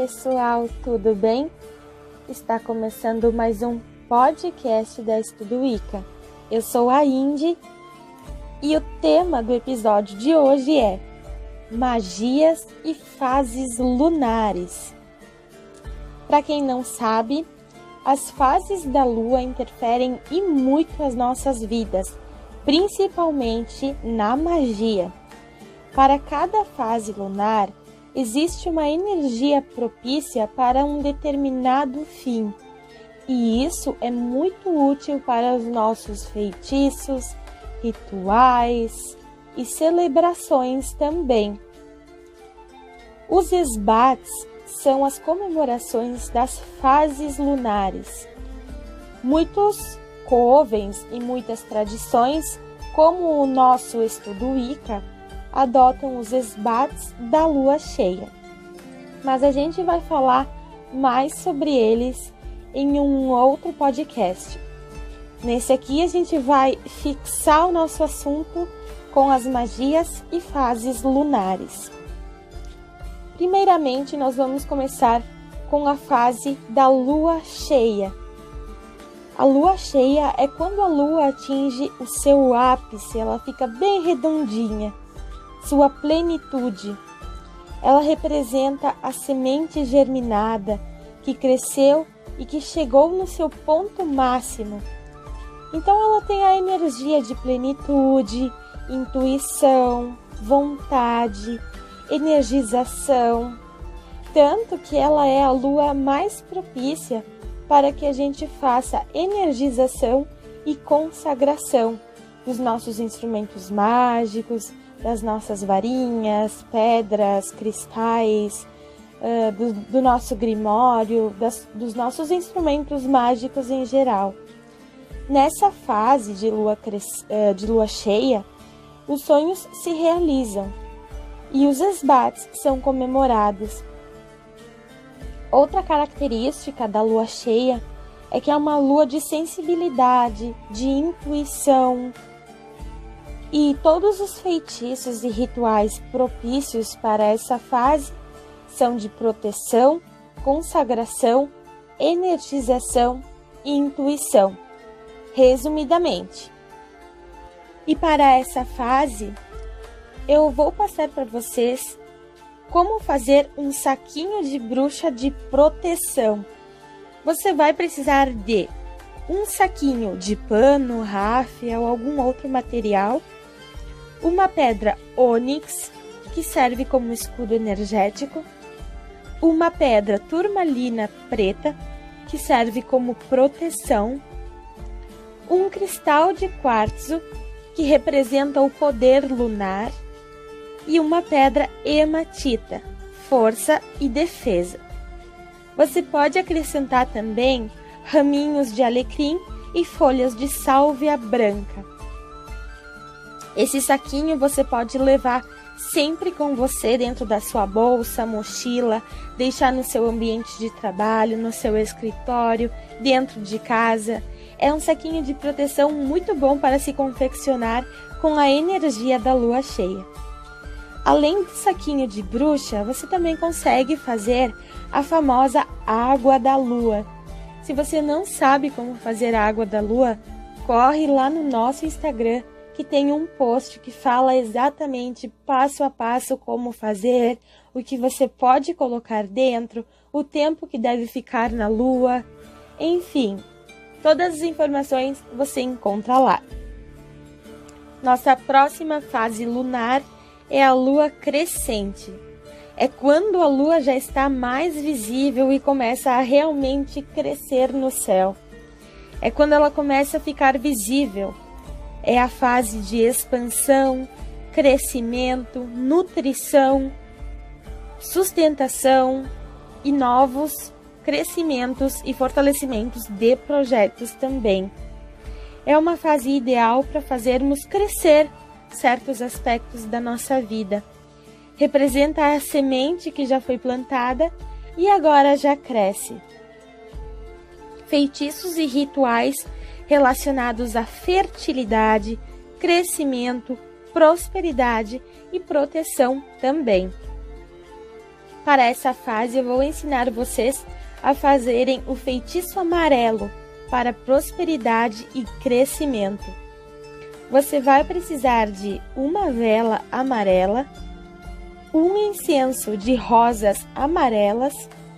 pessoal, tudo bem? Está começando mais um podcast da Estudo Wicca. Eu sou a Indy e o tema do episódio de hoje é magias e fases lunares. Para quem não sabe, as fases da Lua interferem e muito as nossas vidas, principalmente na magia. Para cada fase lunar, existe uma energia propícia para um determinado fim, e isso é muito útil para os nossos feitiços, rituais e celebrações também. Os esbates são as comemorações das fases lunares. Muitos covens e muitas tradições, como o nosso Estudo Wicca, adotam os esbates da lua cheia. Mas a gente vai falar mais sobre eles em um outro podcast. Nesse aqui a gente vai fixar o nosso assunto com as magias e fases lunares. Primeiramente, nós vamos começar com a fase da lua cheia. A lua cheia é quando a lua atinge o seu ápice, ela fica bem redondinha, sua plenitude. Ela representa a semente germinada que cresceu e que chegou no seu ponto máximo. Então ela tem a energia de plenitude, intuição, vontade, energização, tanto que ela é a lua mais propícia para que a gente faça energização e consagração dos nossos instrumentos mágicos, das nossas varinhas, pedras, cristais, do nosso grimório, dos nossos instrumentos mágicos em geral. Nessa fase de lua cheia, os sonhos se realizam e os esbates são comemorados. Outra característica da lua cheia é que é uma lua de sensibilidade, de intuição, e todos os feitiços e rituais propícios para essa fase são de proteção, consagração, energização e intuição, resumidamente. E para essa fase, eu vou passar para vocês como fazer um saquinho de bruxa de proteção. Você vai precisar de um saquinho de pano, ráfia ou algum outro material, uma pedra ônix, que serve como escudo energético, uma pedra turmalina preta, que serve como proteção, um cristal de quartzo, que representa o poder lunar, e uma pedra hematita, força e defesa. Você pode acrescentar também raminhos de alecrim e folhas de sálvia branca. Esse saquinho você pode levar sempre com você dentro da sua bolsa, mochila, deixar no seu ambiente de trabalho, no seu escritório, dentro de casa. É um saquinho de proteção muito bom para se confeccionar com a energia da lua cheia. Além do saquinho de bruxa, você também consegue fazer a famosa água da lua. Se você não sabe como fazer a água da lua, corre lá no nosso Instagram, que tem um post que fala exatamente passo a passo como fazer, o que você pode colocar dentro, o tempo que deve ficar na lua, enfim, todas as informações você encontra lá. Nossa próxima fase lunar é a lua crescente. É quando a lua já está mais visível e começa a realmente crescer no céu. É quando ela começa a ficar visível. É a fase de expansão, crescimento, nutrição, sustentação e novos crescimentos e fortalecimentos de projetos também. É uma fase ideal para fazermos crescer certos aspectos da nossa vida. Representa a semente que já foi plantada e agora já cresce. Feitiços e rituais relacionados à fertilidade, crescimento, prosperidade e proteção também. Para essa fase, eu vou ensinar vocês a fazerem o feitiço amarelo para prosperidade e crescimento. Você vai precisar de uma vela amarela, um incenso de rosas amarelas,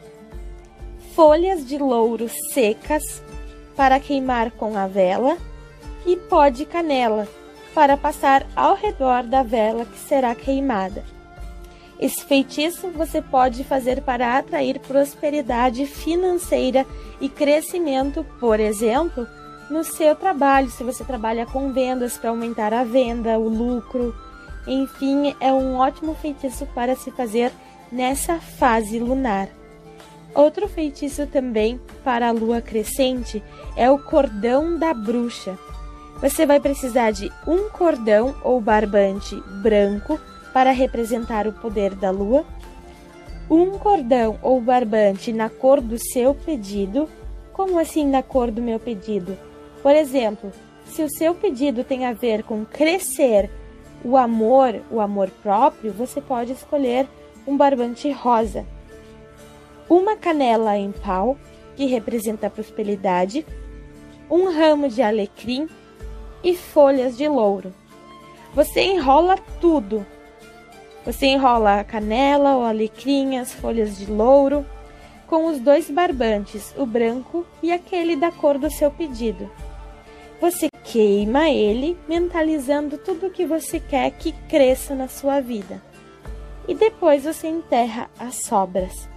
folhas de louro secas para queimar com a vela e pó de canela para passar ao redor da vela que será queimada. Esse feitiço você pode fazer para atrair prosperidade financeira e crescimento, por exemplo, no seu trabalho, se você trabalha com vendas, para aumentar a venda, o lucro. Enfim, é um ótimo feitiço para se fazer nessa fase lunar. Outro feitiço também para a lua crescente é o cordão da bruxa. Você vai precisar de um cordão ou barbante branco para representar o poder da lua, um cordão ou barbante na cor do seu pedido. Como assim na cor do meu pedido? Por exemplo, se o seu pedido tem a ver com crescer o amor próprio, você pode escolher um barbante rosa. Uma canela em pau, que representa a prosperidade, um ramo de alecrim e folhas de louro. Você enrola tudo. Você enrola a canela, o alecrim, as folhas de louro, com os dois barbantes, o branco e aquele da cor do seu pedido. Você queima ele, mentalizando tudo o que você quer que cresça na sua vida. E depois você enterra as sobras.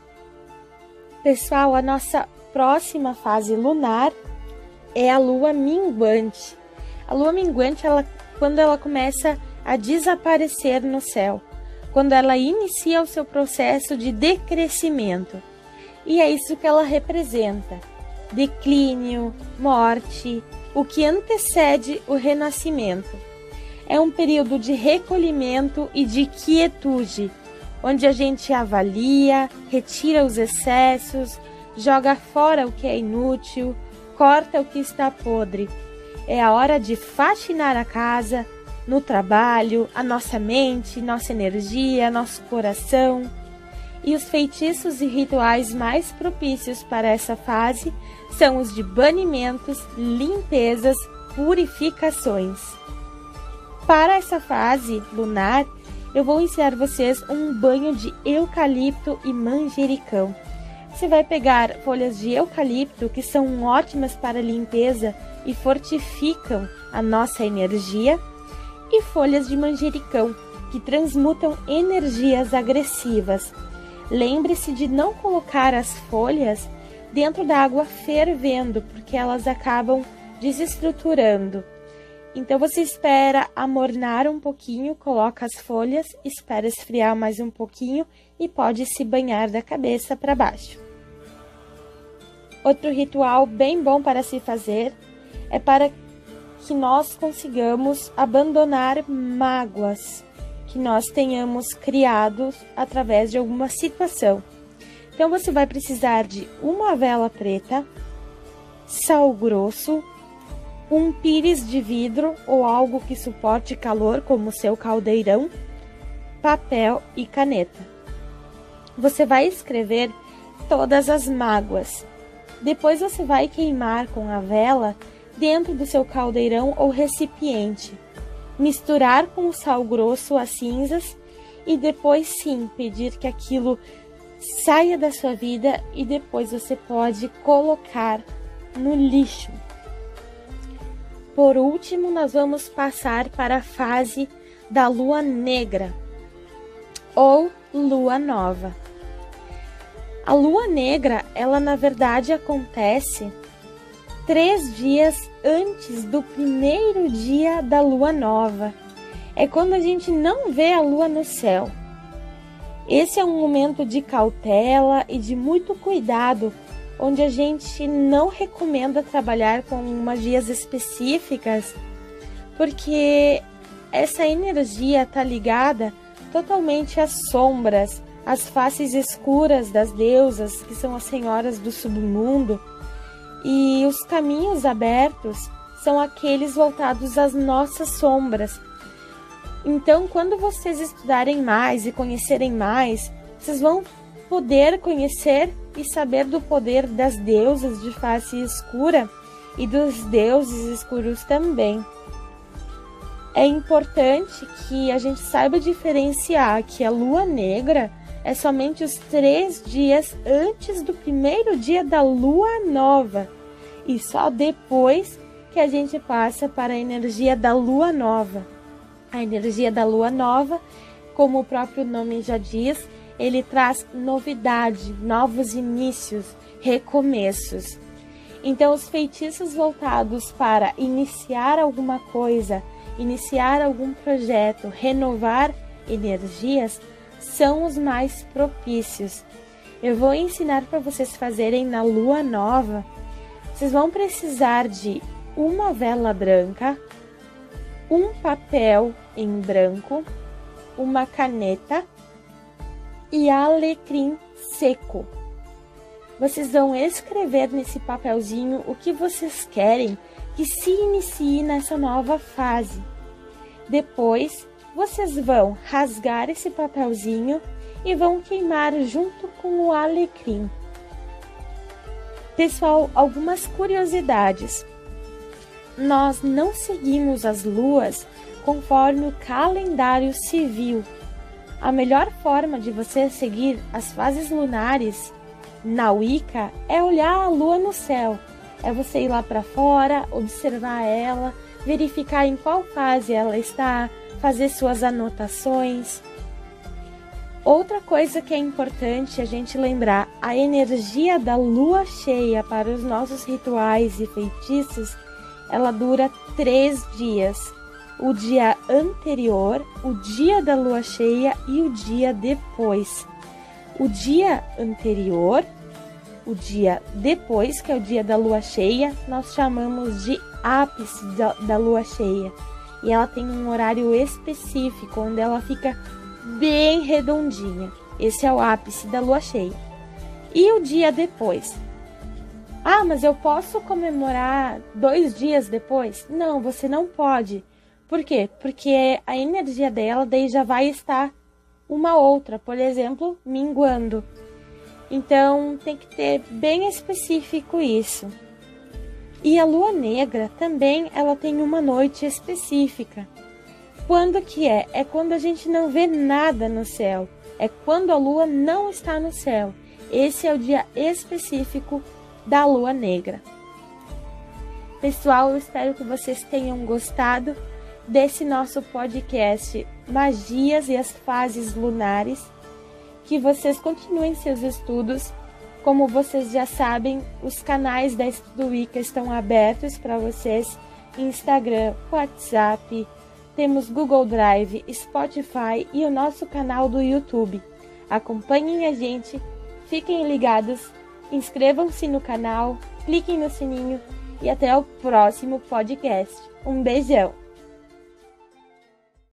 Pessoal, a nossa próxima fase lunar é a lua minguante. A lua minguante, quando ela começa a desaparecer no céu, quando ela inicia o seu processo de decrescimento. E é isso que ela representa: declínio, morte, o que antecede o renascimento. É um período de recolhimento e de quietude, onde a gente avalia, retira os excessos, joga fora o que é inútil, corta o que está podre. É a hora de faxinar a casa, no trabalho, a nossa mente, nossa energia, nosso coração. E os feitiços e rituais mais propícios para essa fase são os de banimentos, limpezas, purificações. Para essa fase lunar, eu vou ensinar vocês um banho de eucalipto e manjericão. Você vai pegar folhas de eucalipto, que são ótimas para limpeza e fortificam a nossa energia, e folhas de manjericão, que transmutam energias agressivas. Lembre-se de não colocar as folhas dentro da água fervendo, porque elas acabam desestruturando. Então você espera amornar um pouquinho, coloca as folhas, espera esfriar mais um pouquinho e pode se banhar da cabeça para baixo. Outro ritual bem bom para se fazer é para que nós consigamos abandonar mágoas que nós tenhamos criado através de alguma situação. Então você vai precisar de uma vela preta, sal grosso, um pires de vidro ou algo que suporte calor, como o seu caldeirão, papel e caneta. Você vai escrever todas as mágoas. Depois você vai queimar com a vela dentro do seu caldeirão ou recipiente. Misturar com o sal grosso as cinzas e depois sim pedir que aquilo saia da sua vida e depois você pode colocar no lixo. Por último, nós vamos passar para a fase da lua negra ou lua nova. A lua negra, ela na verdade acontece 3 dias antes do primeiro dia da lua nova. É quando a gente não vê a lua no céu. Esse é um momento de cautela e de muito cuidado, onde a gente não recomenda trabalhar com magias específicas, porque essa energia está ligada totalmente às sombras, às faces escuras das deusas, que são as senhoras do submundo, e os caminhos abertos são aqueles voltados às nossas sombras. Então, quando vocês estudarem mais e conhecerem mais Vocês vão poder conhecer e saber do poder das deusas de face escura e dos deuses escuros também. É importante que a gente saiba diferenciar que a lua negra é somente os 3 dias antes do primeiro dia da lua nova, e só depois que a gente passa para a energia da lua nova. A energia da lua nova, como o próprio nome já diz, ele traz novidade, novos inícios, recomeços. Então, os feitiços voltados para iniciar alguma coisa, iniciar algum projeto, renovar energias, são os mais propícios. Eu vou ensinar para vocês fazerem na lua nova. Vocês vão precisar de uma vela branca, um papel em branco, uma caneta e alecrim seco. Vocês vão escrever nesse papelzinho o que vocês querem que se inicie nessa nova fase. Depois, vocês vão rasgar esse papelzinho e vão queimar junto com o alecrim. Pessoal, algumas curiosidades. Nós não seguimos as luas conforme o calendário civil. A melhor forma de você seguir as fases lunares na Wicca é olhar a lua no céu. É você ir lá para fora, observar ela, verificar em qual fase ela está, fazer suas anotações. Outra coisa que é importante a gente lembrar, a energia da lua cheia para os nossos rituais e feitiços, ela dura 3 dias. O dia anterior, o dia da lua cheia e o dia depois. O dia anterior, o dia depois, que é o dia da lua cheia, nós chamamos de ápice da lua cheia. E ela tem um horário específico, onde ela fica bem redondinha. Esse é o ápice da lua cheia. E o dia depois? Ah, mas eu posso comemorar 2 dias depois? Não, você não pode. Por quê? Porque a energia dela daí já vai estar uma outra, por exemplo, minguando. Então, tem que ter bem específico isso. E a lua negra também, ela tem uma noite específica. Quando que é? É quando a gente não vê nada no céu. É quando a lua não está no céu. Esse é o dia específico da lua negra. Pessoal, eu espero que vocês tenham gostado desse nosso podcast Magias e as Fases Lunares. Que vocês continuem seus estudos. Como vocês já sabem, os canais da Estudo Wicca estão abertos para vocês. Instagram, WhatsApp, temos Google Drive, Spotify e o nosso canal do YouTube. Acompanhem a gente, fiquem ligados, inscrevam-se no canal, cliquem no sininho e até o próximo podcast. Um beijão!